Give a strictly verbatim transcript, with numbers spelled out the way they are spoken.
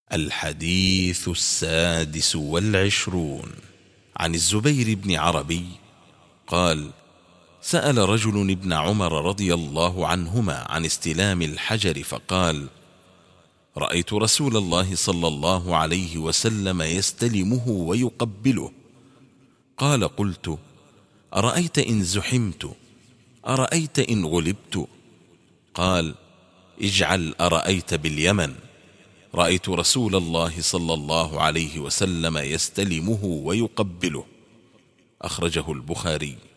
الحديث السادس والعشرون. عن الزبير بن عربي قال: سأل رجل ابن عمر رضي الله عنهما عن استلام الحجر فقال: رأيت رسول الله صلى الله عليه وسلم يستلمه ويقبله. قال: قلت: أرأيت إن زحمت؟ أرأيت إن غلبت؟ قال: اجعل أرأيت باليمن. رأيت رسول الله صلى الله عليه وسلم يستلمه ويقبله. أخرجه البخاري.